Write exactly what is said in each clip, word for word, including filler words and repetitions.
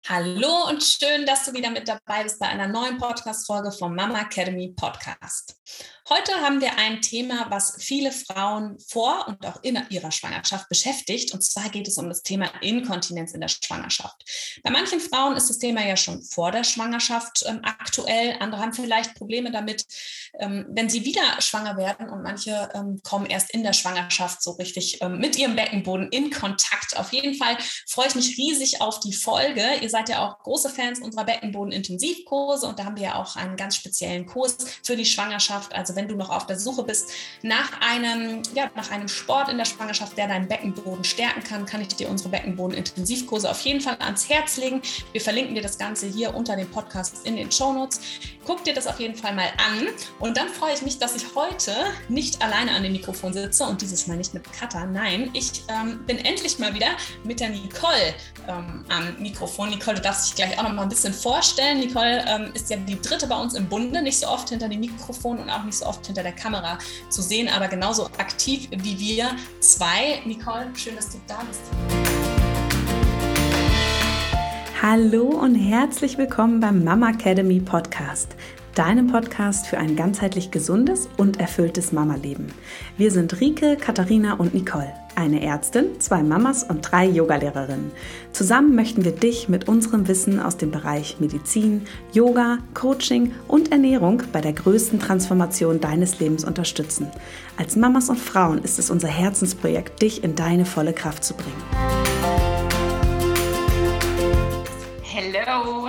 Hallo und schön, dass du wieder mit dabei bist bei einer neuen Podcast-Folge vom Mama Academy Podcast. Heute haben wir ein Thema, was viele Frauen vor und auch in ihrer Schwangerschaft beschäftigt. Und zwar geht es um das Thema Inkontinenz in der Schwangerschaft. Bei manchen Frauen ist das Thema ja schon vor der Schwangerschaft ähm, aktuell. Andere haben vielleicht Probleme damit, ähm, wenn sie wieder schwanger werden. Und manche ähm, kommen erst in der Schwangerschaft so richtig ähm, mit ihrem Beckenboden in Kontakt. Auf jeden Fall freue ich mich riesig auf die Folge. Ihr seid ja auch große Fans unserer Beckenboden-Intensivkurse und da haben wir ja auch einen ganz speziellen Kurs für die Schwangerschaft. Also wenn du noch auf der Suche bist nach einem, ja, nach einem Sport in der Schwangerschaft, der deinen Beckenboden stärken kann, kann ich dir unsere Beckenboden-Intensivkurse auf jeden Fall ans Herz legen. Wir verlinken dir das Ganze hier unter dem Podcast in den Shownotes. Guck dir das auf jeden Fall mal an und dann freue ich mich, dass ich heute nicht alleine an dem Mikrofon sitze und dieses Mal nicht mit Katha. Nein, ich ähm, bin endlich mal wieder mit der Nicole ähm, am Mikrofon. Nicole, du darfst dich gleich auch noch mal ein bisschen vorstellen. Nicole ähm, ist ja die dritte bei uns im Bunde, nicht so oft hinter dem Mikrofon und auch nicht so oft hinter der Kamera zu sehen, aber genauso aktiv wie wir zwei. Nicole, schön, dass du da bist. Hallo und herzlich willkommen beim Mama Academy Podcast, deinem Podcast für ein ganzheitlich gesundes und erfülltes Mama-Leben. Wir sind Rike, Katharina und Nicole, eine Ärztin, zwei Mamas und drei Yogalehrerinnen. Zusammen möchten wir dich mit unserem Wissen aus dem Bereich Medizin, Yoga, Coaching und Ernährung bei der größten Transformation deines Lebens unterstützen. Als Mamas und Frauen ist es unser Herzensprojekt, dich in deine volle Kraft zu bringen. Hello!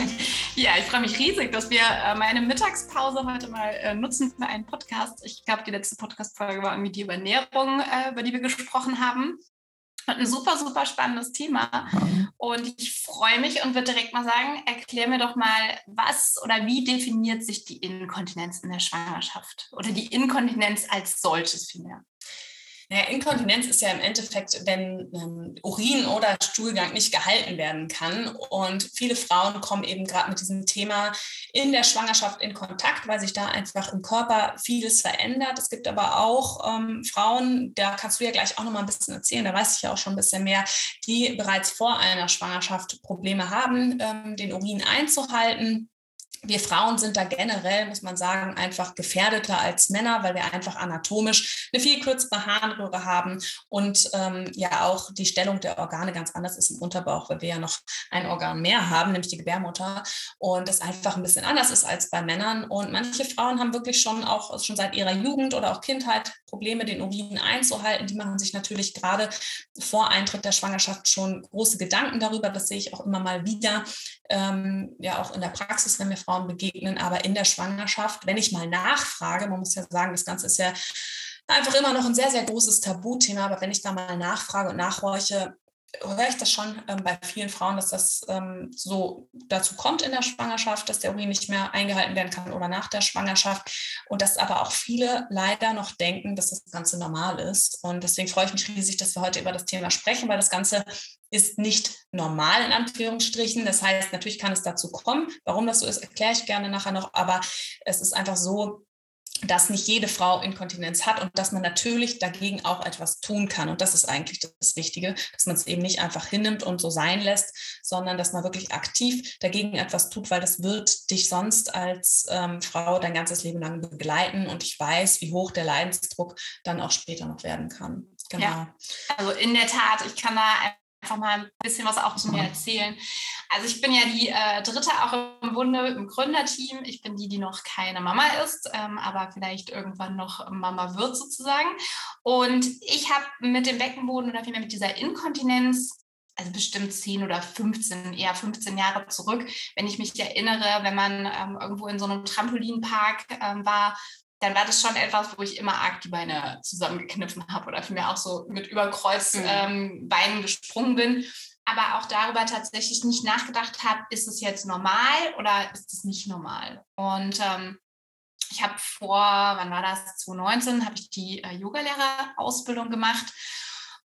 Ja, ich freue mich riesig, dass wir äh, meine Mittagspause heute mal äh, nutzen für einen Podcast. Ich glaube, die letzte Podcast-Folge war irgendwie die über Ernährung, äh, über die wir gesprochen haben. Und ein super, super spannendes Thema. Und ich freue mich und würde direkt mal sagen, erklär mir doch mal, was oder wie definiert sich die Inkontinenz in der Schwangerschaft? Oder die Inkontinenz als solches vielmehr? Naja, Inkontinenz ist ja im Endeffekt, wenn ähm, Urin oder Stuhlgang nicht gehalten werden kann. Und viele Frauen kommen eben gerade mit diesem Thema in der Schwangerschaft in Kontakt, weil sich da einfach im Körper vieles verändert. Es gibt aber auch ähm, Frauen, da kannst du ja gleich auch noch mal ein bisschen erzählen, da weiß ich ja auch schon ein bisschen mehr, die bereits vor einer Schwangerschaft Probleme haben, ähm, den Urin einzuhalten. Wir Frauen sind da generell, muss man sagen, einfach gefährdeter als Männer, weil wir einfach anatomisch eine viel kürzere Harnröhre haben und ähm, ja auch die Stellung der Organe ganz anders ist im Unterbauch, weil wir ja noch ein Organ mehr haben, nämlich die Gebärmutter, und das einfach ein bisschen anders ist als bei Männern. Und manche Frauen haben wirklich schon auch schon seit ihrer Jugend oder auch Kindheit Probleme, den Urin einzuhalten. Die machen sich natürlich gerade vor Eintritt der Schwangerschaft schon große Gedanken darüber. Das sehe ich auch immer mal wieder, ähm, ja auch in der Praxis, wenn wir Frauen begegnen, aber in der Schwangerschaft, wenn ich mal nachfrage, man muss ja sagen, das Ganze ist ja einfach immer noch ein sehr, sehr großes Tabuthema, aber wenn ich da mal nachfrage und nachhorche, höre ich das schon ähm, bei vielen Frauen, dass das ähm, so dazu kommt in der Schwangerschaft, dass der Urin nicht mehr eingehalten werden kann oder nach der Schwangerschaft, und dass aber auch viele leider noch denken, dass das Ganze normal ist, und deswegen freue ich mich riesig, dass wir heute über das Thema sprechen, weil das Ganze ist nicht normal in Anführungsstrichen. Das heißt, natürlich kann es dazu kommen. Warum das so ist, erkläre ich gerne nachher noch, aber es ist einfach so, dass nicht jede Frau Inkontinenz hat und dass man natürlich dagegen auch etwas tun kann. Und das ist eigentlich das Wichtige, dass man es eben nicht einfach hinnimmt und so sein lässt, sondern dass man wirklich aktiv dagegen etwas tut, weil das wird dich sonst als ähm, Frau dein ganzes Leben lang begleiten. Und ich weiß, wie hoch der Leidensdruck dann auch später noch werden kann. Genau. Ja, also in der Tat, ich kann da einfach mal ein bisschen was auch zu mir erzählen. Also ich bin ja die äh, dritte auch im Bunde, im Gründerteam. Ich bin die, die noch keine Mama ist, ähm, aber vielleicht irgendwann noch Mama wird sozusagen. Und ich habe mit dem Beckenboden oder vielmehr mit dieser Inkontinenz, also bestimmt zehn oder fünfzehn, eher fünfzehn Jahre zurück, wenn ich mich erinnere, wenn man ähm, irgendwo in so einem Trampolinpark ähm, war, dann war das schon etwas, wo ich immer arg die Beine zusammengekniffen habe oder vielmehr auch so mit Überkreuzbeinen ähm, Beinen gesprungen bin. Aber auch darüber tatsächlich nicht nachgedacht habe, ist es jetzt normal oder ist es nicht normal? Und ähm, ich habe vor, wann war das, zwanzig neunzehn, habe ich die äh, Yogalehrerausbildung gemacht.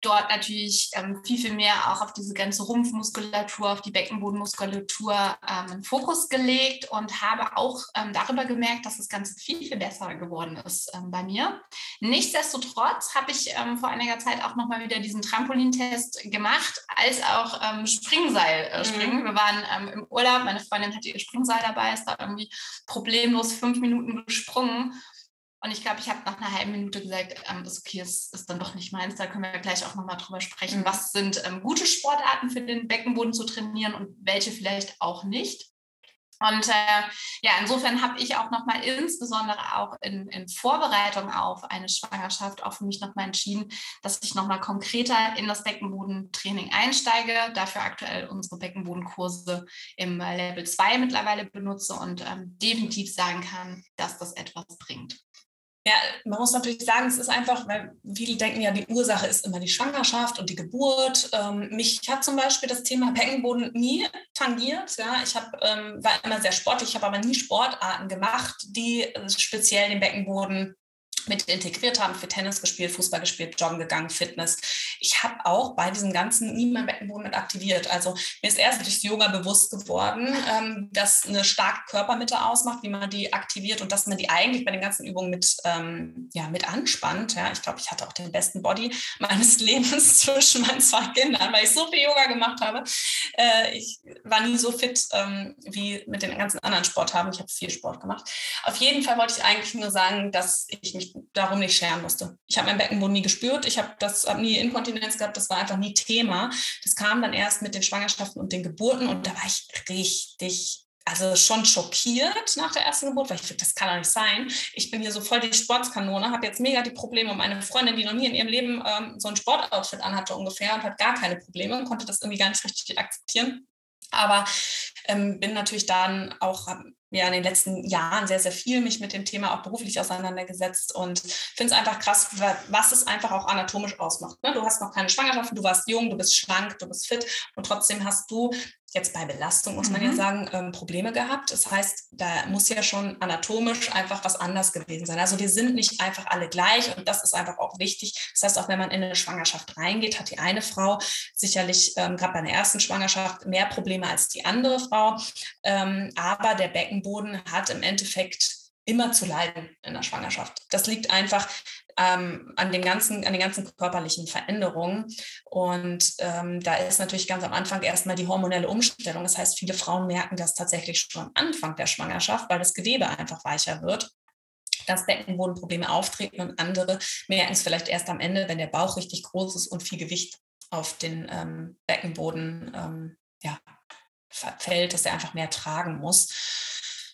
dort natürlich ähm, viel, viel mehr auch auf diese ganze Rumpfmuskulatur, auf die Beckenbodenmuskulatur ähm, einen Fokus gelegt und habe auch ähm, darüber gemerkt, dass das Ganze viel, viel besser geworden ist ähm, bei mir. Nichtsdestotrotz habe ich ähm, vor einiger Zeit auch nochmal wieder diesen Trampolintest gemacht, als auch ähm, Springseil äh, springen. Mhm. Wir waren ähm, im Urlaub, meine Freundin hatte ihr Springseil dabei, ist da irgendwie problemlos fünf Minuten gesprungen. Und ich glaube, ich habe nach einer halben Minute gesagt, ähm, das okay, ist, ist dann doch nicht meins. Da können wir gleich auch nochmal drüber sprechen. Mhm. Was sind ähm, gute Sportarten für den Beckenboden zu trainieren und welche vielleicht auch nicht? Und äh, ja, insofern habe ich auch nochmal insbesondere auch in, in Vorbereitung auf eine Schwangerschaft auch für mich nochmal entschieden, dass ich nochmal konkreter in das Beckenbodentraining einsteige, dafür aktuell unsere Beckenbodenkurse im äh, Level zwei mittlerweile benutze und ähm, definitiv sagen kann, dass das etwas bringt. Ja, man muss natürlich sagen, es ist einfach, weil viele denken ja, die Ursache ist immer die Schwangerschaft und die Geburt. Ähm, mich hat zum Beispiel das Thema Beckenboden nie tangiert. Ja, ich hab, ähm, war immer sehr sportlich, ich habe aber nie Sportarten gemacht, die äh, speziell den Beckenboden mit integriert haben, für Tennis gespielt, Fußball gespielt, Joggen gegangen, Fitness. Ich habe auch bei diesem Ganzen nie meinen Beckenboden mit aktiviert. Also mir ist erst durchs Yoga bewusst geworden, ähm, dass eine starke Körpermitte ausmacht, wie man die aktiviert und dass man die eigentlich bei den ganzen Übungen mit, ähm, ja, mit anspannt. Ja, ich glaube, ich hatte auch den besten Body meines Lebens zwischen meinen zwei Kindern, weil ich so viel Yoga gemacht habe. Äh, ich war nie so fit ähm, wie mit den ganzen anderen Sportarten. Ich habe viel Sport gemacht. Auf jeden Fall wollte ich eigentlich nur sagen, dass ich mich darum nicht scheren musste. Ich habe meinen Beckenboden nie gespürt, ich habe das hab nie Inkontinenz gehabt, das war einfach nie Thema. Das kam dann erst mit den Schwangerschaften und den Geburten und da war ich richtig, also schon schockiert nach der ersten Geburt, weil ich finde, das kann doch nicht sein. Ich bin hier so voll die Sportskanone, habe jetzt mega die Probleme und meine Freundin, die noch nie in ihrem Leben ähm, so ein Sportoutfit anhatte ungefähr und hat gar keine Probleme und konnte das irgendwie gar nicht richtig akzeptieren. Aber ähm, bin natürlich dann auch ja, in den letzten Jahren sehr, sehr viel mich mit dem Thema auch beruflich auseinandergesetzt und finde es einfach krass, was es einfach auch anatomisch ausmacht. Ne? Du hast noch keine Schwangerschaft, du warst jung, du bist schlank, du bist fit und trotzdem hast du jetzt bei Belastung, muss man mhm. ja sagen, ähm, Probleme gehabt. Das heißt, da muss ja schon anatomisch einfach was anders gewesen sein. Also wir sind nicht einfach alle gleich und das ist einfach auch wichtig. Das heißt, auch wenn man in eine Schwangerschaft reingeht, hat die eine Frau sicherlich ähm, gerade bei einer ersten Schwangerschaft mehr Probleme als die andere Frau. Ähm, aber der Beckenboden hat im Endeffekt immer zu leiden in der Schwangerschaft. Das liegt einfach ähm, an, dem ganzen, an den ganzen körperlichen Veränderungen. Und ähm, da ist natürlich ganz am Anfang erstmal die hormonelle Umstellung. Das heißt, viele Frauen merken das tatsächlich schon am Anfang der Schwangerschaft, weil das Gewebe einfach weicher wird, dass Beckenbodenprobleme auftreten und andere merken es vielleicht erst am Ende, wenn der Bauch richtig groß ist und viel Gewicht auf den ähm, Beckenboden ähm, ja, fällt, dass er einfach mehr tragen muss.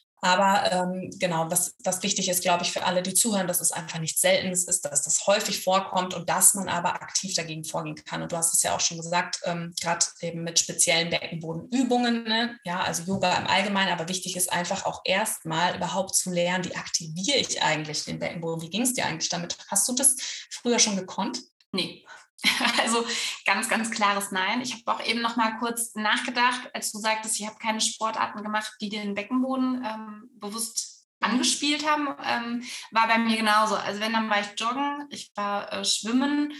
Aber ähm, genau, was, was wichtig ist, glaube ich, für alle, die zuhören, dass es einfach nichts Seltenes ist, dass das häufig vorkommt und dass man aber aktiv dagegen vorgehen kann. Und du hast es ja auch schon gesagt, ähm, gerade eben mit speziellen Beckenbodenübungen, ne? Ja, also Yoga im Allgemeinen, aber wichtig ist einfach auch erstmal überhaupt zu lernen, wie aktiviere ich eigentlich den Beckenboden? Wie ging es dir eigentlich damit? Hast du das früher schon gekonnt? Nee. Also ganz, ganz klares Nein. Ich habe auch eben noch mal kurz nachgedacht, als du sagtest, ich habe keine Sportarten gemacht, die den Beckenboden ähm, bewusst angespielt haben, ähm, war bei mir genauso. Also wenn, dann war ich joggen, ich war äh, schwimmen,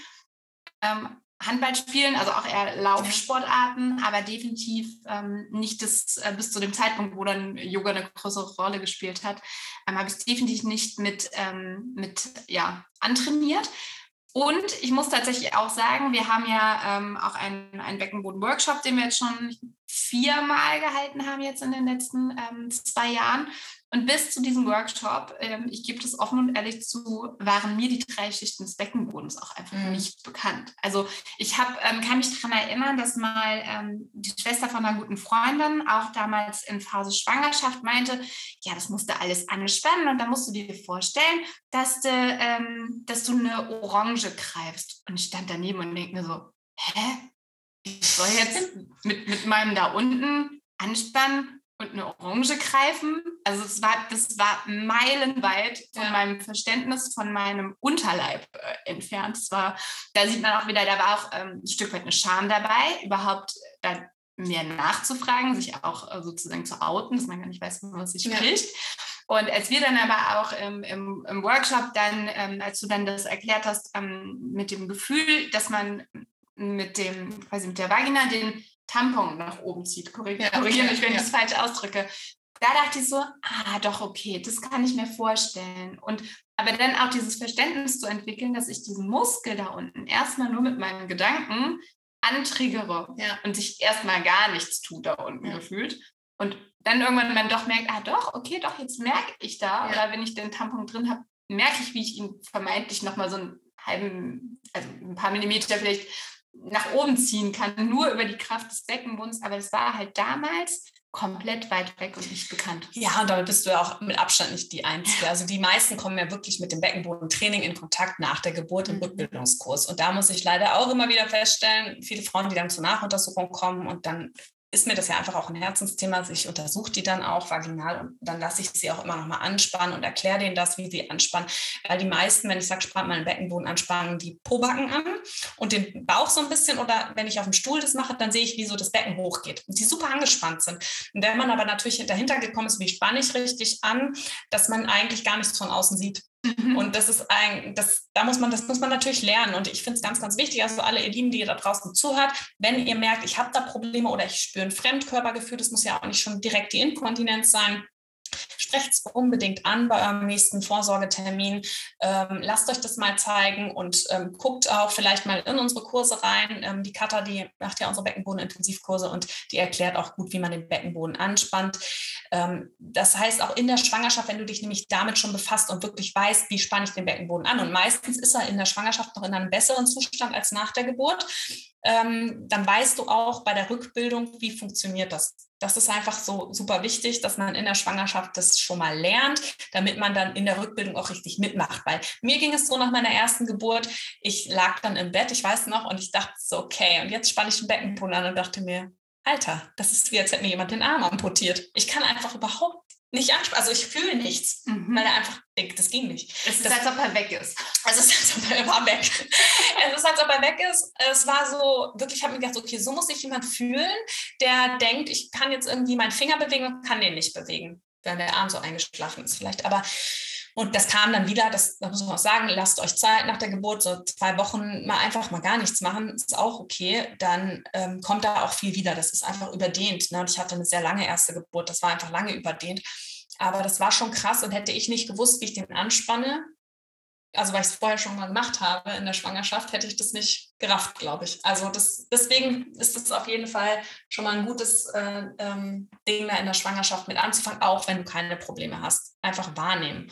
ähm, Handball spielen, also auch eher Laufsportarten, aber definitiv ähm, nicht das, äh, bis zu dem Zeitpunkt, wo dann Yoga eine größere Rolle gespielt hat, ähm, habe ich es definitiv nicht mit, ähm, mit ja, antrainiert. Und ich muss tatsächlich auch sagen, wir haben ja ähm, auch einen, einen Beckenboden-Workshop, den wir jetzt schon viermal gehalten haben jetzt in den letzten ähm, zwei Jahren. Und bis zu diesem Workshop, ähm, ich gebe das offen und ehrlich zu, waren mir die drei Schichten des Beckenbodens auch einfach mhm. nicht bekannt. Also ich hab, ähm, kann mich daran erinnern, dass mal ähm, die Schwester von einer guten Freundin auch damals in Phase Schwangerschaft meinte, ja, das musst du alles anspannen und dann musst du dir vorstellen, dass du, ähm, dass du eine Orange greifst. Und ich stand daneben und denke mir so, hä? Ich soll jetzt mit, mit meinem da unten anspannen und eine Orange greifen. Also es war, das war meilenweit von ja. meinem Verständnis von meinem Unterleib äh, entfernt. Das war, da sieht man auch wieder, da war auch ähm, ein Stück weit eine Scham dabei, überhaupt da mehr nachzufragen, sich auch äh, sozusagen zu outen, dass man gar nicht weiß, was sich ja. spricht. Und als wir dann aber auch im, im, im Workshop dann, ähm, als du dann das erklärt hast, ähm, mit dem Gefühl, dass man mit dem, quasi mit der Vagina den Tampon nach oben zieht, korrigiere ja, okay, mich, wenn ja. ich es falsch ausdrücke, da dachte ich so, ah, doch, okay, das kann ich mir vorstellen. Und aber dann auch dieses Verständnis zu entwickeln, dass ich diesen Muskel da unten erstmal nur mit meinen Gedanken antriggere ja. und sich erstmal gar nichts tut da unten ja. gefühlt. Und dann irgendwann man doch merkt, ah doch, okay, doch, jetzt merke ich da. Ja. Oder wenn ich den Tampon drin habe, merke ich, wie ich ihn vermeintlich nochmal so einen halben, also ein paar Millimeter vielleicht nach oben ziehen kann, nur über die Kraft des Beckenbodens. Aber es war halt damals komplett weit weg und nicht bekannt. Ja, und damit bist du ja auch mit Abstand nicht die Einzige. Also die meisten kommen ja wirklich mit dem Beckenbodentraining in Kontakt nach der Geburt im mhm. Rückbildungskurs. Und da muss ich leider auch immer wieder feststellen, viele Frauen, die dann zur Nachuntersuchung kommen und dann ist mir das ja einfach auch ein Herzensthema. Also ich untersuche die dann auch vaginal und dann lasse ich sie auch immer noch mal anspannen und erkläre denen das, wie sie anspannen. Weil die meisten, wenn ich sage, spann mal den Beckenboden an, spannen die Pobacken an und den Bauch so ein bisschen. Oder wenn ich auf dem Stuhl das mache, dann sehe ich, wie so das Becken hochgeht und die super angespannt sind. Und wenn man aber natürlich dahinter gekommen ist, wie spanne ich richtig an, dass man eigentlich gar nichts von außen sieht. Mhm. Und das ist ein, das, da muss man, das muss man natürlich lernen. Und ich finde es ganz, ganz wichtig, also alle ihr Lieben, die ihr da draußen zuhört, wenn ihr merkt, ich habe da Probleme oder ich spüre ein Fremdkörpergefühl, das muss ja auch nicht schon direkt die Inkontinenz sein, sprecht es unbedingt an bei eurem nächsten Vorsorgetermin. Ähm, lasst euch das mal zeigen und ähm, guckt auch vielleicht mal in unsere Kurse rein. Ähm, die Katha, die macht ja unsere Beckenboden-Intensivkurse und die erklärt auch gut, wie man den Beckenboden anspannt. Ähm, das heißt, auch in der Schwangerschaft, wenn du dich nämlich damit schon befasst und wirklich weißt, wie spanne ich den Beckenboden an, und meistens ist er in der Schwangerschaft noch in einem besseren Zustand als nach der Geburt, ähm, dann weißt du auch bei der Rückbildung, wie funktioniert das. Das ist einfach so super wichtig, dass man in der Schwangerschaft das schon mal lernt, damit man dann in der Rückbildung auch richtig mitmacht. Weil mir ging es so nach meiner ersten Geburt, ich lag dann im Bett, ich weiß noch, und ich dachte so, okay, und jetzt spanne ich den Beckenboden an und dachte mir, Alter, das ist wie, als hätte mir jemand den Arm amputiert. Ich kann einfach überhaupt nicht anspannen, also ich fühle nichts, mhm. weil er einfach denkt, das ging nicht. Es ist, das, als ob er weg ist. Es ist, als ob er war weg. Es ist, als ob er weg ist. Es war so, wirklich, ich habe mir gedacht, okay, so muss sich jemand fühlen, der denkt, ich kann jetzt irgendwie meinen Finger bewegen und kann den nicht bewegen, wenn der Arm so eingeschlafen ist vielleicht. Aber, und das kam dann wieder, das, das muss man auch sagen, lasst euch Zeit nach der Geburt, so zwei Wochen mal einfach mal gar nichts machen, ist auch okay, dann ähm, kommt da auch viel wieder. Das ist einfach überdehnt. Ne? Und ich hatte eine sehr lange erste Geburt, das war einfach lange überdehnt. Aber das war schon krass, und hätte ich nicht gewusst, wie ich den anspanne, also weil ich es vorher schon mal gemacht habe in der Schwangerschaft, hätte ich das nicht gerafft, glaube ich. Also das, deswegen ist es auf jeden Fall schon mal ein gutes äh, ähm, Ding, da in der Schwangerschaft mit anzufangen, auch wenn du keine Probleme hast. Einfach wahrnehmen.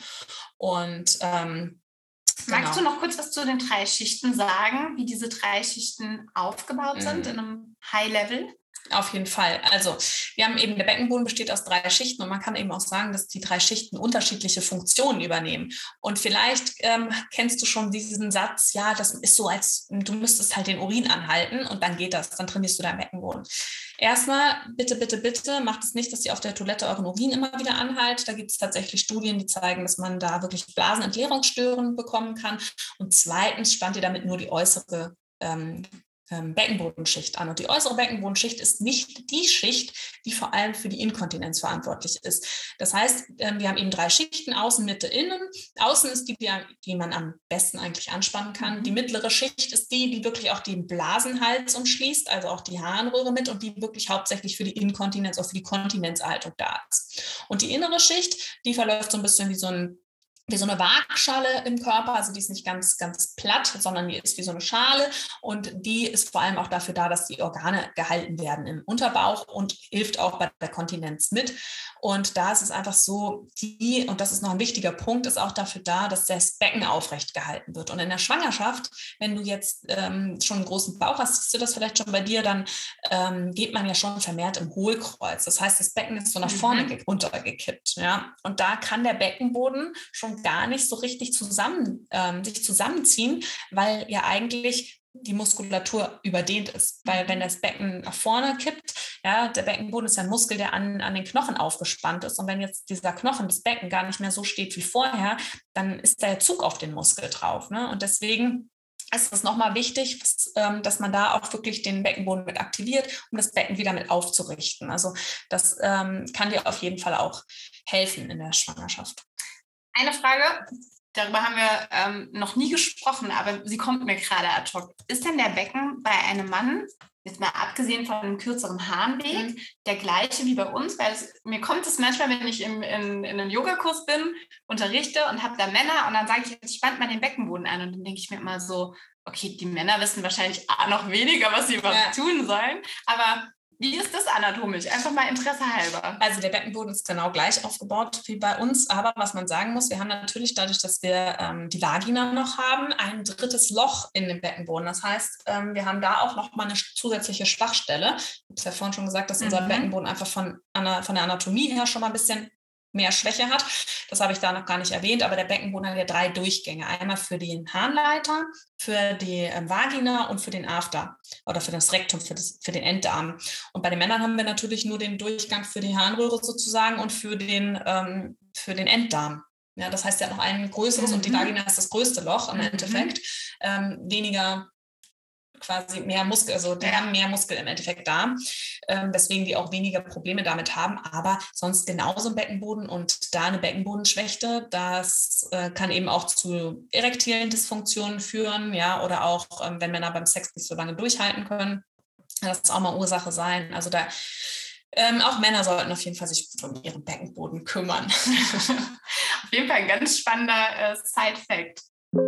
Und ähm, magst genau. du noch kurz was zu den drei Schichten sagen, wie diese drei Schichten aufgebaut mhm. sind in einem High-Level? Auf jeden Fall. Also wir haben eben, der Beckenboden besteht aus drei Schichten, und man kann eben auch sagen, dass die drei Schichten unterschiedliche Funktionen übernehmen. Und vielleicht ähm, kennst du schon diesen Satz, ja, das ist so, als du müsstest halt den Urin anhalten und dann geht das, dann trainierst du deinen Beckenboden. Erstmal, bitte, bitte, bitte, macht es nicht, dass ihr auf der Toilette euren Urin immer wieder anhaltet. Da gibt es tatsächlich Studien, die zeigen, dass man da wirklich Blasenentleerungsstörungen bekommen kann. Und zweitens spannt ihr damit nur die äußere ähm, Beckenbodenschicht an. Und die äußere Beckenbodenschicht ist nicht die Schicht, die vor allem für die Inkontinenz verantwortlich ist. Das heißt, wir haben eben drei Schichten, Außen, Mitte, Innen. Außen ist die, die man am besten eigentlich anspannen kann. Die mittlere Schicht ist die, die wirklich auch den Blasenhals umschließt, also auch die Harnröhre mit, und die wirklich hauptsächlich für die Inkontinenz, auch für die Kontinenzerhaltung da ist. Und die innere Schicht, die verläuft so ein bisschen wie so ein wie so eine Waagschale im Körper, also die ist nicht ganz, ganz platt, sondern die ist wie so eine Schale, und die ist vor allem auch dafür da, dass die Organe gehalten werden im Unterbauch und hilft auch bei der Kontinenz mit. Und da ist es einfach so, die, und das ist noch ein wichtiger Punkt, ist auch dafür da, dass das Becken aufrecht gehalten wird. Und in der Schwangerschaft, wenn du jetzt ähm, schon einen großen Bauch hast, siehst du das vielleicht schon bei dir, dann ähm, geht man ja schon vermehrt im Hohlkreuz. Das heißt, das Becken ist so nach vorne mhm. runtergekippt. Ja? Und da kann der Beckenboden schon gar nicht so richtig zusammen, ähm, sich zusammenziehen, weil ja eigentlich die Muskulatur überdehnt ist. Weil wenn das Becken nach vorne kippt, ja, der Beckenboden ist ja ein Muskel, der an, an den Knochen aufgespannt ist. Und wenn jetzt dieser Knochen, das Becken, gar nicht mehr so steht wie vorher, dann ist der Zug auf den Muskel drauf. Ne? Und deswegen ist es nochmal wichtig, dass man da auch wirklich den Beckenboden mit aktiviert, um das Becken wieder mit aufzurichten. Also das ähm, kann dir auf jeden Fall auch helfen in der Schwangerschaft. Eine Frage, darüber haben wir ähm, noch nie gesprochen, aber sie kommt mir gerade ad hoc. Ist denn der Becken bei einem Mann, jetzt mal abgesehen von einem kürzeren Harnweg, mhm. der gleiche wie bei uns? Weil es, mir kommt es manchmal, wenn ich im, in, in einem Yogakurs bin, unterrichte und habe da Männer und dann sage ich, jetzt spannt mal den Beckenboden an und dann denke ich mir immer so, okay, die Männer wissen wahrscheinlich noch weniger, was sie überhaupt ja. tun sollen, aber wie ist das anatomisch? Einfach mal Interesse halber. Also der Beckenboden ist genau gleich aufgebaut wie bei uns, aber was man sagen muss, wir haben natürlich dadurch, dass wir ähm, die Vagina noch haben, ein drittes Loch in dem Beckenboden. Das heißt, ähm, wir haben da auch noch mal eine zusätzliche Schwachstelle. Ich habe es ja vorhin schon gesagt, dass mhm. unser Beckenboden einfach von, von der Anatomie her schon mal ein bisschen mehr Schwäche hat. Das habe ich da noch gar nicht erwähnt, aber der Beckenboden hat ja drei Durchgänge. Einmal für den Harnleiter, für die äh, Vagina und für den After oder für das Rektum, für, das, für den Enddarm. Und bei den Männern haben wir natürlich nur den Durchgang für die Harnröhre sozusagen und für den, ähm, für den Enddarm. Ja, das heißt, er hat noch ein größeres mhm. und die Vagina ist das größte Loch im mhm. Endeffekt. Ähm, weniger quasi mehr Muskel, also die haben mehr Muskel im Endeffekt da, ähm, weswegen die auch weniger Probleme damit haben, aber sonst genauso im Beckenboden und da eine Beckenbodenschwäche, das äh, kann eben auch zu erektilen Dysfunktionen führen, ja, oder auch, ähm, wenn Männer beim Sex nicht so lange durchhalten können, das ist auch mal Ursache sein, also da ähm, auch Männer sollten auf jeden Fall sich um ihren Beckenboden kümmern. Auf jeden Fall ein ganz spannender äh, Side-Fact.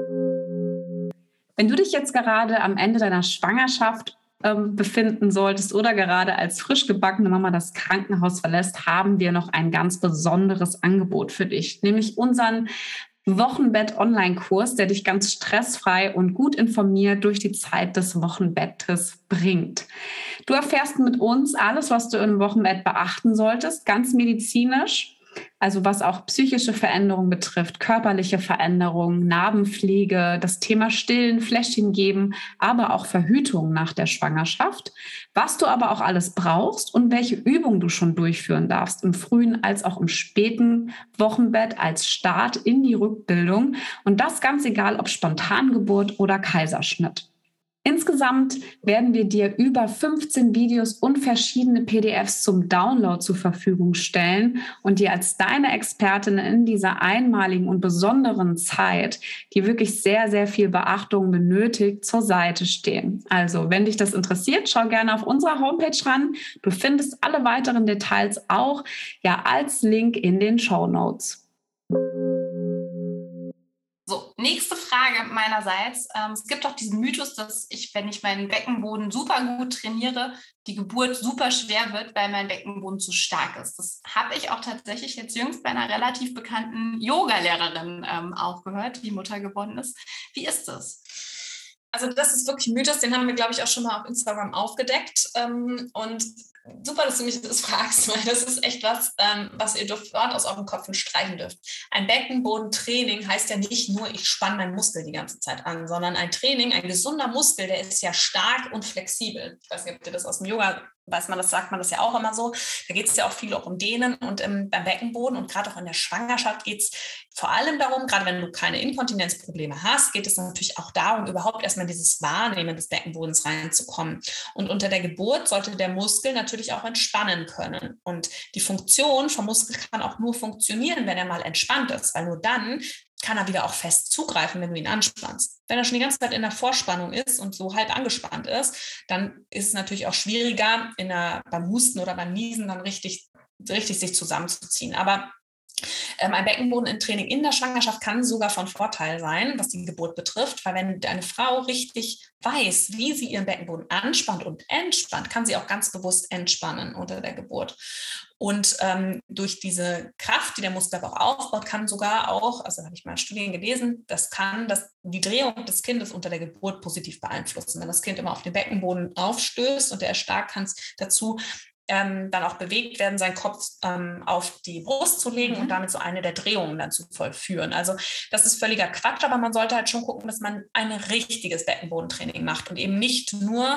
Wenn du dich jetzt gerade am Ende deiner Schwangerschaft ähm, befinden solltest oder gerade als frisch gebackene Mama das Krankenhaus verlässt, haben wir noch ein ganz besonderes Angebot für dich, nämlich unseren Wochenbett-Online-Kurs, der dich ganz stressfrei und gut informiert durch die Zeit des Wochenbettes bringt. Du erfährst mit uns alles, was du im Wochenbett beachten solltest, ganz medizinisch. Also was auch psychische Veränderungen betrifft, körperliche Veränderungen, Narbenpflege, das Thema Stillen, Fläschchen geben, aber auch Verhütung nach der Schwangerschaft. Was du aber auch alles brauchst und welche Übungen du schon durchführen darfst, im frühen als auch im späten Wochenbett als Start in die Rückbildung. Und das ganz egal, ob Spontangeburt oder Kaiserschnitt. Insgesamt werden wir dir über fünfzehn Videos und verschiedene P D Fs zum Download zur Verfügung stellen und dir als deine Expertin in dieser einmaligen und besonderen Zeit, die wirklich sehr, sehr viel Beachtung benötigt, zur Seite stehen. Also, wenn dich das interessiert, schau gerne auf unserer Homepage ran. Du findest alle weiteren Details auch ja als Link in den Shownotes. So, nächste Frage meinerseits. Ähm, es gibt auch diesen Mythos, dass ich, wenn ich meinen Beckenboden super gut trainiere, die Geburt super schwer wird, weil mein Beckenboden zu stark ist. Das habe ich auch tatsächlich jetzt jüngst bei einer relativ bekannten Yoga-Lehrerin ähm, auch gehört, die Mutter geworden ist. Wie ist das? Also das ist wirklich ein Mythos, den haben wir, glaube ich, auch schon mal auf Instagram aufgedeckt. Ähm, und super, dass du mich das fragst, weil das ist echt was, ähm, was ihr dort aus eurem Kopf streichen dürft. Ein Beckenbodentraining heißt ja nicht nur, ich spanne meinen Muskel die ganze Zeit an, sondern ein Training, ein gesunder Muskel, der ist ja stark und flexibel. Ich weiß nicht, ob ihr das aus dem Yoga weiß man, das sagt man das ja auch immer so. Da geht es ja auch viel auch um Dehnen und ähm, beim Beckenboden und gerade auch in der Schwangerschaft geht es vor allem darum, gerade wenn du keine Inkontinenzprobleme hast, geht es natürlich auch darum, überhaupt erstmal dieses Wahrnehmen des Beckenbodens reinzukommen. Und unter der Geburt sollte der Muskel natürlich auch entspannen können. Und die Funktion vom Muskel kann auch nur funktionieren, wenn er mal entspannt ist, weil nur dann kann er wieder auch fest zugreifen, wenn du ihn anspannst. Wenn er schon die ganze Zeit in der Vorspannung ist und so halb angespannt ist, dann ist es natürlich auch schwieriger, in der, beim Husten oder beim Niesen dann richtig, richtig sich zusammenzuziehen. Aber ähm, ein Beckenbodentraining in der Schwangerschaft kann sogar von Vorteil sein, was die Geburt betrifft, weil wenn eine Frau richtig weiß, wie sie ihren Beckenboden anspannt und entspannt, kann sie auch ganz bewusst entspannen unter der Geburt. Und ähm, durch diese Kraft, die der Muskel auch aufbaut, kann sogar auch, also habe ich mal in Studien gelesen, das kann das, die Drehung des Kindes unter der Geburt positiv beeinflussen. Wenn das Kind immer auf den Beckenboden aufstößt und der ist stark, kann es dazu ähm, dann auch bewegt werden, seinen Kopf ähm, auf die Brust zu legen mhm. und damit so eine der Drehungen dann zu vollführen. Also das ist völliger Quatsch, aber man sollte halt schon gucken, dass man ein richtiges Beckenbodentraining macht und eben nicht nur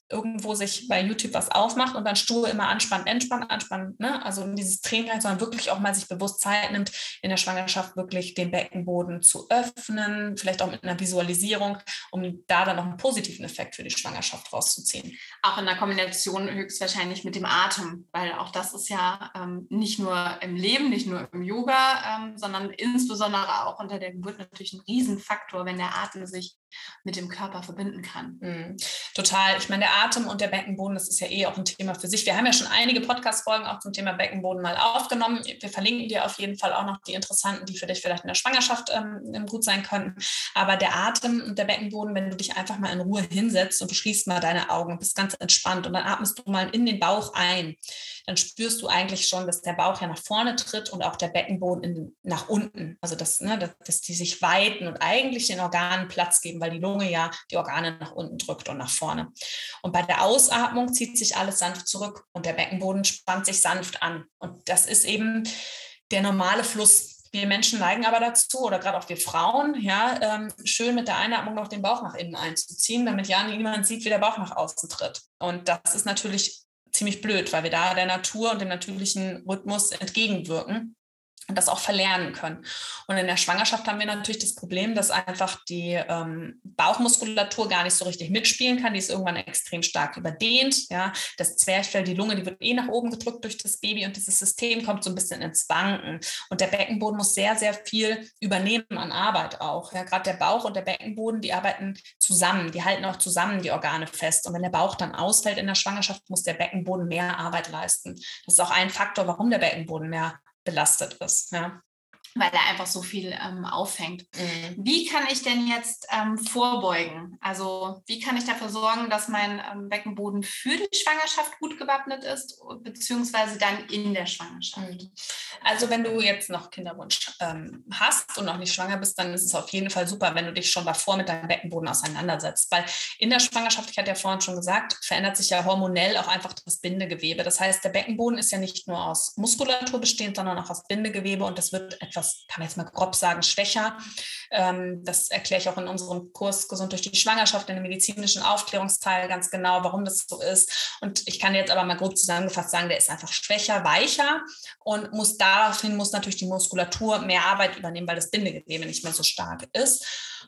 irgendwo sich bei YouTube was aufmacht und dann stur immer anspannen, entspannen, anspannen, ne? Also in dieses Training, sondern wirklich auch mal sich bewusst Zeit nimmt, in der Schwangerschaft wirklich den Beckenboden zu öffnen, vielleicht auch mit einer Visualisierung, um da dann noch einen positiven Effekt für die Schwangerschaft rauszuziehen. Auch in der Kombination höchstwahrscheinlich mit dem Atem, weil auch das ist ja ähm, nicht nur im Leben, nicht nur im Yoga, ähm, sondern insbesondere auch unter der Geburt natürlich ein Riesenfaktor, wenn der Atem sich mit dem Körper verbinden kann. Mm, total. Ich meine, der Atem und der Beckenboden, das ist ja eh auch ein Thema für sich. Wir haben ja schon einige Podcast-Folgen auch zum Thema Beckenboden mal aufgenommen. Wir verlinken dir auf jeden Fall auch noch die interessanten, die für dich vielleicht in der Schwangerschaft ähm, gut sein könnten. Aber der Atem und der Beckenboden, wenn du dich einfach mal in Ruhe hinsetzt und du schließt mal deine Augen und bist ganz entspannt und dann atmest du mal in den Bauch ein, dann spürst du eigentlich schon, dass der Bauch ja nach vorne tritt und auch der Beckenboden in, nach unten. Also dass, ne, dass, dass die sich weiten und eigentlich den Organen Platz geben, weil die Lunge ja die Organe nach unten drückt und nach vorne. Und bei der Ausatmung zieht sich alles sanft zurück und der Beckenboden spannt sich sanft an. Und das ist eben der normale Fluss. Wir Menschen neigen aber dazu, oder gerade auch wir Frauen, ja, ähm, schön mit der Einatmung noch den Bauch nach innen einzuziehen, damit ja niemand sieht, wie der Bauch nach außen tritt. Und das ist natürlich ziemlich blöd, weil wir da der Natur und dem natürlichen Rhythmus entgegenwirken und das auch verlernen können. Und in der Schwangerschaft haben wir natürlich das Problem, dass einfach die ähm, Bauchmuskulatur gar nicht so richtig mitspielen kann. Die ist irgendwann extrem stark überdehnt. Ja? Das Zwerchfell, die Lunge, die wird eh nach oben gedrückt durch das Baby und dieses System kommt so ein bisschen ins Wanken. Und der Beckenboden muss sehr, sehr viel übernehmen an Arbeit auch. Ja? Gerade der Bauch und der Beckenboden, die arbeiten zusammen. Die halten auch zusammen die Organe fest. Und wenn der Bauch dann ausfällt in der Schwangerschaft, muss der Beckenboden mehr Arbeit leisten. Das ist auch ein Faktor, warum der Beckenboden mehr belastet ist, ja. Weil er einfach so viel ähm, auffängt. Mhm. Wie kann ich denn jetzt ähm, vorbeugen? Also wie kann ich dafür sorgen, dass mein ähm, Beckenboden für die Schwangerschaft gut gewappnet ist, beziehungsweise dann in der Schwangerschaft? Mhm. Also wenn du jetzt noch Kinderwunsch ähm, hast und noch nicht schwanger bist, dann ist es auf jeden Fall super, wenn du dich schon davor mit deinem Beckenboden auseinandersetzt. Weil in der Schwangerschaft, ich hatte ja vorhin schon gesagt, verändert sich ja hormonell auch einfach das Bindegewebe. Das heißt, der Beckenboden ist ja nicht nur aus Muskulatur bestehend, sondern auch aus Bindegewebe und das wird etwas, kann man jetzt mal grob sagen, schwächer. Ähm, das erkläre ich auch in unserem Kurs Gesund durch die Schwangerschaft, in dem medizinischen Aufklärungsteil ganz genau, warum das so ist. Und ich kann jetzt aber mal grob zusammengefasst sagen, der ist einfach schwächer, weicher und muss daraufhin muss natürlich die Muskulatur mehr Arbeit übernehmen, weil das Bindegewebe nicht mehr so stark ist.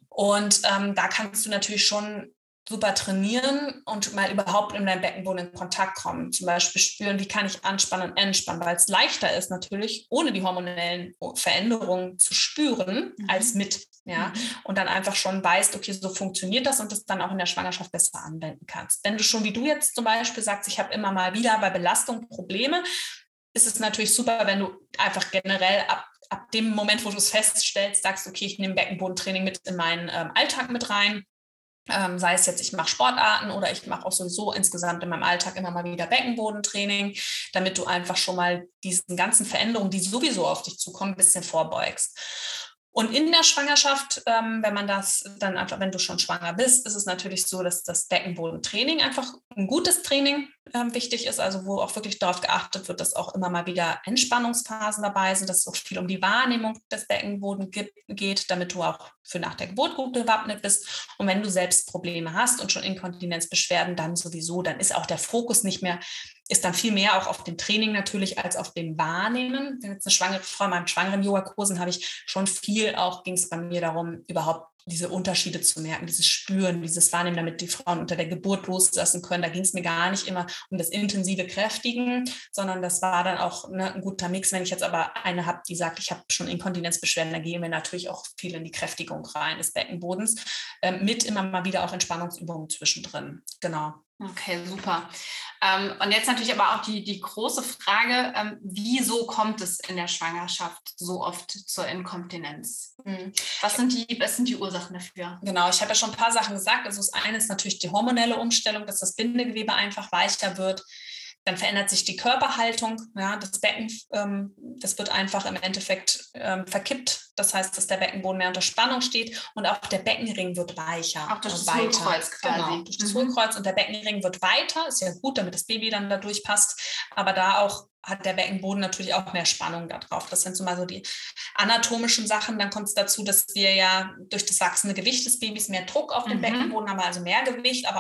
Und ähm, da kannst du natürlich schon super trainieren und mal überhaupt in deinem Beckenboden in Kontakt kommen. Zum Beispiel spüren, wie kann ich anspannen und entspannen, weil es leichter ist natürlich, ohne die hormonellen Veränderungen zu spüren, mhm. als mit. Ja? Mhm. Und dann einfach schon weißt, okay, so funktioniert das und das dann auch in der Schwangerschaft besser anwenden kannst. Wenn du schon, wie du jetzt zum Beispiel sagst, ich habe immer mal wieder bei Belastung Probleme, ist es natürlich super, wenn du einfach generell ab, ab dem Moment, wo du es feststellst, sagst, okay, ich nehme Beckenbodentraining mit in meinen ähm, Alltag mit rein. Ähm, sei es jetzt, ich mache Sportarten oder ich mache auch sowieso insgesamt in meinem Alltag immer mal wieder Beckenbodentraining, damit du einfach schon mal diesen ganzen Veränderungen, die sowieso auf dich zukommen, ein bisschen vorbeugst. Und in der Schwangerschaft, ähm, wenn man das dann einfach, wenn du schon schwanger bist, ist es natürlich so, dass das Beckenbodentraining einfach ein gutes Training ähm, wichtig ist, also wo auch wirklich darauf geachtet wird, dass auch immer mal wieder Entspannungsphasen dabei sind, dass es auch viel um die Wahrnehmung des Beckenbodens geht, damit du auch für nach der Geburt gut gewappnet bist. Und wenn du selbst Probleme hast und schon Inkontinenzbeschwerden, dann sowieso, dann ist auch der Fokus nicht mehr, ist dann viel mehr auch auf dem Training natürlich als auf dem Wahrnehmen. Wenn jetzt eine schwangere Frau in meinen schwangeren Yogakursen habe ich schon viel auch, ging es bei mir darum, überhaupt diese Unterschiede zu merken, dieses Spüren, dieses Wahrnehmen, damit die Frauen unter der Geburt loslassen können. Da ging es mir gar nicht immer um das intensive Kräftigen, sondern das war dann auch ne, ein guter Mix. Wenn ich jetzt aber eine habe, die sagt, ich habe schon Inkontinenzbeschwerden, dann gehen wir natürlich auch viel in die Kräftigung rein des Beckenbodens, äh, mit immer mal wieder auch Entspannungsübungen zwischendrin. Genau. Okay, super. Ähm, und jetzt natürlich aber auch die, die große Frage, ähm, wieso kommt es in der Schwangerschaft so oft zur Inkontinenz? Mhm. Was sind die, was sind die Ursachen dafür? Genau, ich habe ja schon ein paar Sachen gesagt. Also das eine ist natürlich die hormonelle Umstellung, dass das Bindegewebe einfach weicher wird. Dann verändert sich die Körperhaltung, ja, das Becken, ähm, das wird einfach im Endeffekt ähm, verkippt. Das heißt, dass der Beckenboden mehr unter Spannung steht und auch der Beckenring wird weicher. Auch durch das Hohlkreuz quasi. Genau, durch das mhm. Hohlkreuz und der Beckenring wird weiter. Ist ja gut, damit das Baby dann da durchpasst. Aber da auch hat der Beckenboden natürlich auch mehr Spannung da drauf. Das sind so mal so die anatomischen Sachen. Dann kommt es dazu, dass wir ja durch das wachsende Gewicht des Babys mehr Druck auf den mhm. Beckenboden haben, also mehr Gewicht, aber auch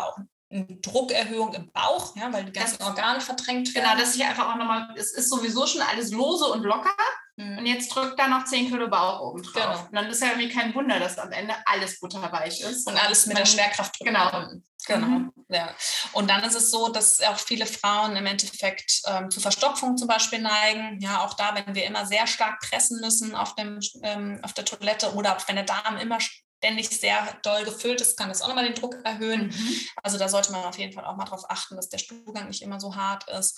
eine Druckerhöhung im Bauch, ja, weil die ganzen das, Organe verdrängt werden. Genau, dass ich einfach auch nochmal, es ist sowieso schon alles lose und locker mhm. und jetzt drückt da noch zehn Kilo Bauch oben drauf. Genau. Und dann ist ja irgendwie kein Wunder, dass am Ende alles butterweich ist. Und alles mit Man, der Schwerkraft drückt. Genau. Genau, mhm. ja. Und dann ist es so, dass auch viele Frauen im Endeffekt ähm, zu Verstopfung zum Beispiel neigen. Ja, auch da, wenn wir immer sehr stark pressen müssen auf, dem, ähm, auf der Toilette oder auch wenn der Darm immer ständig sehr doll gefüllt ist, kann das auch nochmal den Druck erhöhen. Mhm. Also da sollte man auf jeden Fall auch mal darauf achten, dass der Stuhlgang nicht immer so hart ist.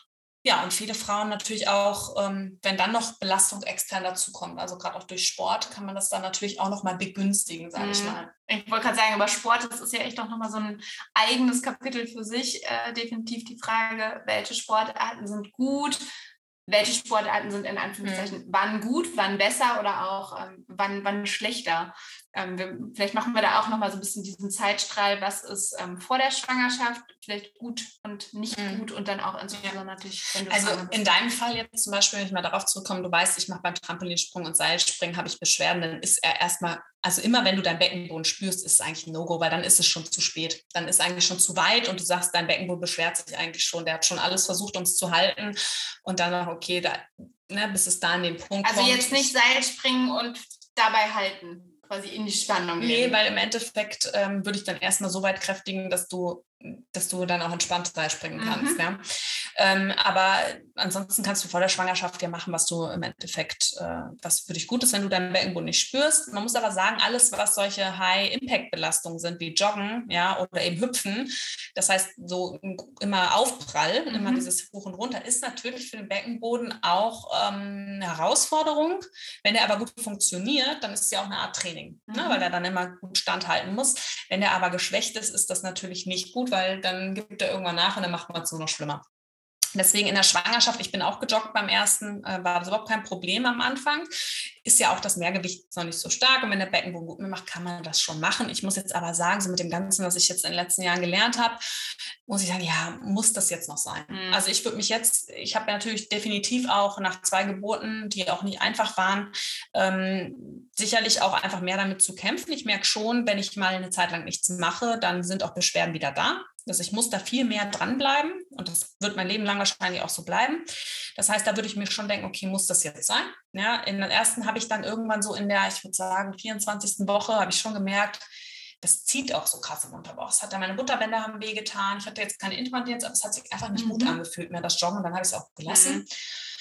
Ja, und viele Frauen natürlich auch, ähm, wenn dann noch Belastung extern dazu kommt, also gerade auch durch Sport, kann man das dann natürlich auch nochmal begünstigen, sage mhm. ich mal. Ich wollte gerade sagen, über Sport, das ist ja echt auch nochmal so ein eigenes Kapitel für sich. Äh, definitiv die Frage, welche Sportarten sind gut, welche Sportarten sind in Anführungszeichen mhm. wann gut, wann besser oder auch ähm, wann, wann schlechter. Ähm, wir, vielleicht machen wir da auch nochmal so ein bisschen diesen Zeitstrahl, was ist ähm, vor der Schwangerschaft vielleicht gut und nicht mhm. gut und dann auch insbesondere ja. natürlich, wenn du Also in deinem Fall jetzt zum Beispiel, wenn ich mal darauf zurückkomme, du weißt, ich mache beim Trampolinsprung und Seilspringen, habe ich Beschwerden, dann ist er erstmal, also immer wenn du deinen Beckenboden spürst, ist es eigentlich ein No-Go, weil dann ist es schon zu spät. Dann ist eigentlich schon zu weit und du sagst, dein Beckenboden beschwert sich eigentlich schon, der hat schon alles versucht, uns zu halten und dann noch, okay, da, ne, bis es da an den Punkt also kommt. Also jetzt nicht Seilspringen und dabei halten. Quasi in die Spannung gehen. Nee, weil im Endeffekt ähm, würde ich dann erstmal so weit kräftigen, dass du, dass du dann auch entspannt springen kannst. Mhm. Ja? Ähm, aber ansonsten kannst du vor der Schwangerschaft ja machen, was du im Endeffekt, äh, was für dich gut ist, wenn du deinen Beckenboden nicht spürst. Man muss aber sagen, alles, was solche High-Impact-Belastungen sind, wie Joggen, ja, oder eben Hüpfen, das heißt so immer Aufprall, mhm. immer dieses Hoch und Runter, ist natürlich für den Beckenboden auch ähm, eine Herausforderung. Wenn der aber gut funktioniert, dann ist es ja auch eine Art Training, mhm. ne, weil der dann immer gut standhalten muss. Wenn der aber geschwächt ist, ist das natürlich nicht gut, weil dann gibt er irgendwann nach und dann macht man es nur noch schlimmer. Deswegen in der Schwangerschaft, ich bin auch gejoggt beim ersten, äh, war das überhaupt kein Problem am Anfang. Ist ja auch das Mehrgewicht noch nicht so stark und wenn der Beckenboden gut mitmacht, kann man das schon machen. Ich muss jetzt aber sagen, so mit dem Ganzen, was ich jetzt in den letzten Jahren gelernt habe, muss ich sagen, ja, muss das jetzt noch sein? Mhm. Also ich würde mich jetzt, ich habe ja natürlich definitiv auch nach zwei Geburten, die auch nicht einfach waren, ähm, sicherlich auch einfach mehr damit zu kämpfen. Ich merke schon, wenn ich mal eine Zeit lang nichts mache, dann sind auch Beschwerden wieder da. Also ich muss da viel mehr dranbleiben und das wird mein Leben lang wahrscheinlich auch so bleiben. Das heißt, da würde ich mir schon denken, okay, muss das jetzt sein? Ja, in der ersten habe ich dann irgendwann so in der, ich würde sagen, vierundzwanzigsten Woche habe ich schon gemerkt, das zieht auch so krass im Unterbauch. Es hat dann meine Butterbänder haben wehgetan. Ich hatte jetzt keine Inkontinenz, aber es hat sich einfach nicht mhm. gut angefühlt mehr, das Joggen. Und dann habe ich es auch gelassen. Mhm.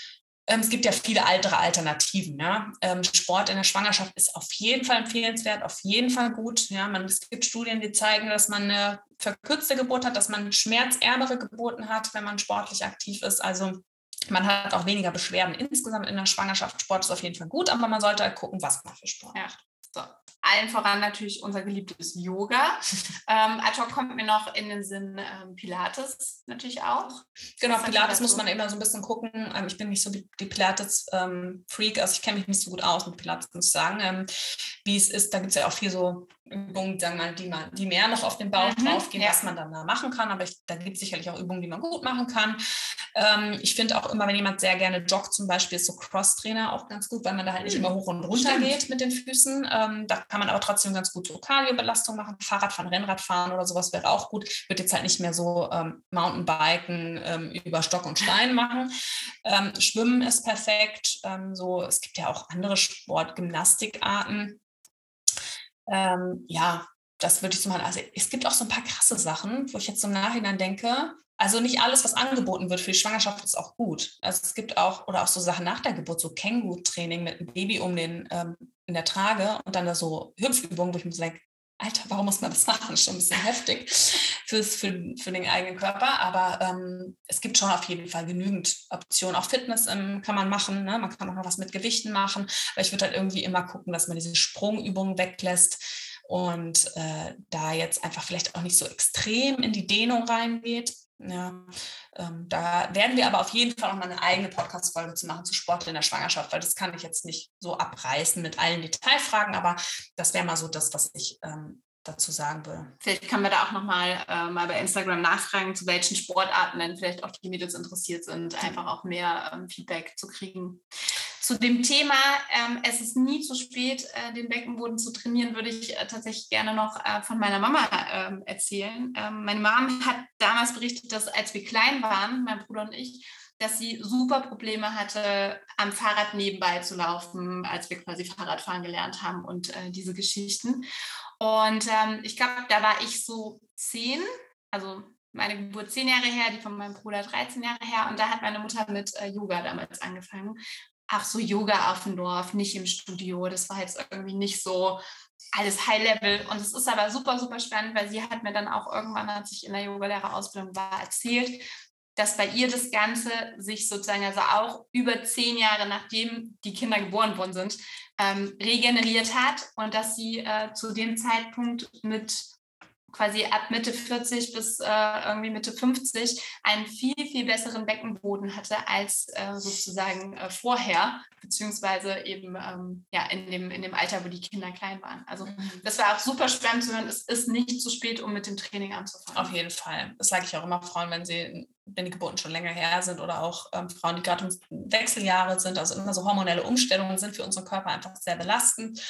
Es gibt ja viele andere Alternativen. Ja? Ähm, Sport in der Schwangerschaft ist auf jeden Fall empfehlenswert, auf jeden Fall gut. Ja? Man, es gibt Studien, die zeigen, dass man eine verkürzte Geburt hat, dass man schmerzärmere Geburten hat, wenn man sportlich aktiv ist. Also man hat auch weniger Beschwerden insgesamt in der Schwangerschaft. Sport ist auf jeden Fall gut, aber man sollte halt gucken, was man für Sport macht. Ja. So. Allen voran natürlich unser geliebtes Yoga. ähm, ad hoc kommt mir noch in den Sinn ähm, Pilates natürlich auch. Genau, Pilates muss man immer so ein bisschen gucken. Ähm, ich bin nicht so die, die Pilates-Freak, ähm, also ich kenne mich nicht so gut aus mit Pilates, muss ich sagen. Ähm, wie es ist, da gibt es ja auch viel so Übungen, sagen wir mal, die, man, die mehr noch auf den Bauch mhm, draufgehen, ja. was man dann da machen kann. Aber ich, da gibt es sicherlich auch Übungen, die man gut machen kann. Ähm, ich finde auch immer, wenn jemand sehr gerne joggt, zum Beispiel ist so Cross-Trainer auch ganz gut, weil man da halt nicht immer hoch und runter Stimmt. geht mit den Füßen. Ähm, da kann man aber trotzdem ganz gut so Cardio-Belastung machen. Fahrradfahren, Rennradfahren oder sowas wäre auch gut. Ich würde jetzt halt nicht mehr so ähm, Mountainbiken ähm, über Stock und Stein machen. Ähm, Schwimmen ist perfekt. Ähm, so, es gibt ja auch andere Sport-Gymnastikarten. Ähm, ja, das würde ich so machen. Also es gibt auch so ein paar krasse Sachen, wo ich jetzt im Nachhinein denke, also nicht alles, was angeboten wird für die Schwangerschaft, ist auch gut. Also es gibt auch, oder auch so Sachen nach der Geburt, so Känguru-Training mit einem Baby um den, ähm, in der Trage und dann da so Hüpfübungen, wo ich mir so denke, Alter, warum muss man das machen? Ist schon ein bisschen heftig fürs, für, für den eigenen Körper, aber ähm, es gibt schon auf jeden Fall genügend Optionen. Auch Fitness ähm, kann man machen, ne? Man kann auch noch was mit Gewichten machen, aber ich würde halt irgendwie immer gucken, dass man diese Sprungübungen weglässt und äh, da jetzt einfach vielleicht auch nicht so extrem in die Dehnung reingeht. Ja, ähm, da werden wir aber auf jeden Fall auch mal eine eigene Podcast-Folge zu machen zu Sport in der Schwangerschaft, weil das kann ich jetzt nicht so abreißen mit allen Detailfragen, aber das wäre mal so das, was ich ähm, dazu sagen würde. Vielleicht können wir da auch nochmal äh, mal bei Instagram nachfragen, zu welchen Sportarten denn vielleicht auch die Mädels interessiert sind, einfach auch mehr ähm, Feedback zu kriegen. Zu dem Thema, ähm, es ist nie zu spät, äh, den Beckenboden zu trainieren, würde ich äh, tatsächlich gerne noch äh, von meiner Mama ähm, erzählen. Ähm, meine Mom hat damals berichtet, dass als wir klein waren, mein Bruder und ich, dass sie super Probleme hatte, am Fahrrad nebenbei zu laufen, als wir quasi Fahrradfahren gelernt haben und äh, diese Geschichten. Und ähm, ich glaube, da war ich so zehn, also meine Geburt zehn Jahre her, die von meinem Bruder dreizehn Jahre her. Und da hat meine Mutter mit äh, Yoga damals angefangen. Ach so, Yoga auf dem Dorf, nicht im Studio. Das war jetzt irgendwie nicht so alles High-Level. Und es ist aber super, super spannend, weil sie hat mir dann auch irgendwann, als ich in der Yogalehrerausbildung war, erzählt, dass bei ihr das Ganze sich sozusagen, also auch über zehn Jahre nachdem die Kinder geboren worden sind, ähm, regeneriert hat und dass sie äh, zu dem Zeitpunkt mit quasi ab Mitte vierzig bis äh, irgendwie Mitte fünfzig einen viel, viel besseren Beckenboden hatte als äh, sozusagen äh, vorher, beziehungsweise eben ähm, ja, in, dem, in dem Alter, wo die Kinder klein waren. Also das war auch super spannend zu hören. Es ist nicht zu spät, um mit dem Training anzufangen. Auf jeden Fall. Das sage ich auch immer Frauen, wenn sie wenn die Geburten schon länger her sind oder auch ähm, Frauen, die gerade im Wechseljahre sind, also immer so hormonelle Umstellungen sind für unseren Körper einfach sehr belastend.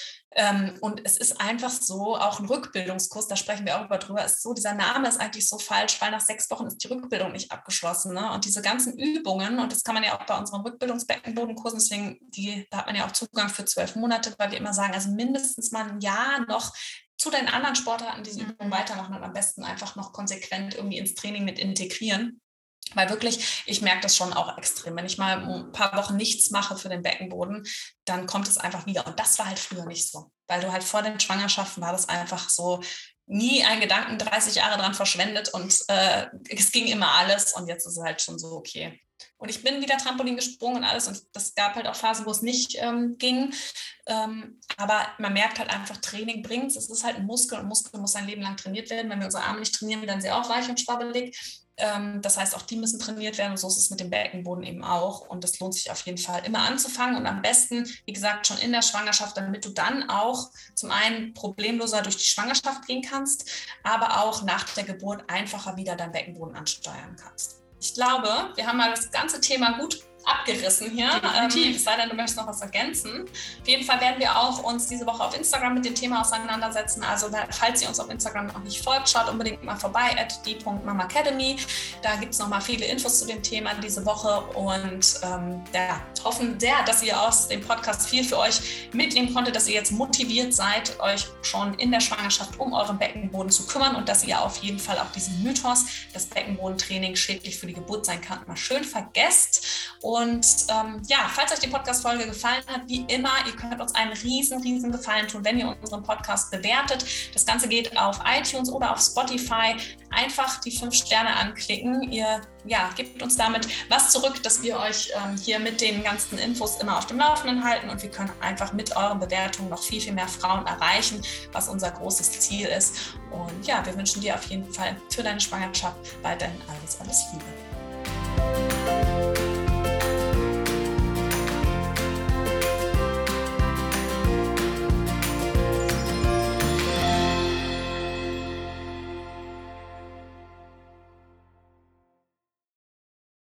Ähm, und es ist einfach so, auch ein Rückbildungskurs, da sprechen wir auch über drüber, ist so, dieser Name ist eigentlich so falsch, weil nach sechs Wochen ist die Rückbildung nicht abgeschlossen. Ne? Und diese ganzen Übungen, und das kann man ja auch bei unseren Rückbildungsbeckenbodenkursen, deswegen, die, da hat man ja auch Zugang für zwölf Monate, weil wir immer sagen, also mindestens mal ein Jahr noch zu den anderen Sportarten diese Übungen weitermachen und am besten einfach noch konsequent irgendwie ins Training mit integrieren. Weil wirklich, ich merke das schon auch extrem. Wenn ich mal ein paar Wochen nichts mache für den Beckenboden, dann kommt es einfach wieder. Und das war halt früher nicht so. Weil du halt vor den Schwangerschaften war das einfach so, nie ein Gedanken, dreißig Jahre dran verschwendet und äh, es ging immer alles. Und jetzt ist es halt schon so, okay. Und ich bin wieder Trampolin gesprungen und alles. Und das gab halt auch Phasen, wo es nicht ähm, ging. Ähm, aber man merkt halt einfach, Training bringt es. Es ist halt ein Muskel und Muskel muss sein Leben lang trainiert werden. Wenn wir unsere Arme nicht trainieren, dann sind sie auch weich und schwabbelig. Ähm, das heißt, auch die müssen trainiert werden. Und so ist es mit dem Beckenboden eben auch. Und das lohnt sich auf jeden Fall immer anzufangen. Und am besten, wie gesagt, schon in der Schwangerschaft, damit du dann auch zum einen problemloser durch die Schwangerschaft gehen kannst, aber auch nach der Geburt einfacher wieder deinen Beckenboden ansteuern kannst. Ich glaube, wir haben mal das ganze Thema gut abgerissen hier. Ähm, es sei denn, du möchtest noch was ergänzen. Auf jeden Fall werden wir auch uns diese Woche auf Instagram mit dem Thema auseinandersetzen. Also falls ihr uns auf Instagram noch nicht folgt, schaut unbedingt mal vorbei at die punkt mama academy. Da gibt es noch mal viele Infos zu dem Thema diese Woche und ähm, ja, hoffen sehr, dass ihr aus dem Podcast viel für euch mitnehmen konntet, dass ihr jetzt motiviert seid, euch schon in der Schwangerschaft um euren Beckenboden zu kümmern und dass ihr auf jeden Fall auch diesen Mythos, dass Beckenbodentraining schädlich für die Geburt sein kann, mal schön vergesst. Und ähm, ja, falls euch die Podcast-Folge gefallen hat, wie immer, ihr könnt uns einen riesen, riesen Gefallen tun, wenn ihr unseren Podcast bewertet. Das Ganze geht auf iTunes oder auf Spotify. Einfach die fünf Sterne anklicken. Ihr ja, gebt uns damit was zurück, dass wir euch ähm, hier mit den ganzen Infos immer auf dem Laufenden halten und wir können einfach mit euren Bewertungen noch viel, viel mehr Frauen erreichen, was unser großes Ziel ist. Und ja, wir wünschen dir auf jeden Fall für deine Schwangerschaft weiterhin alles, alles Liebe.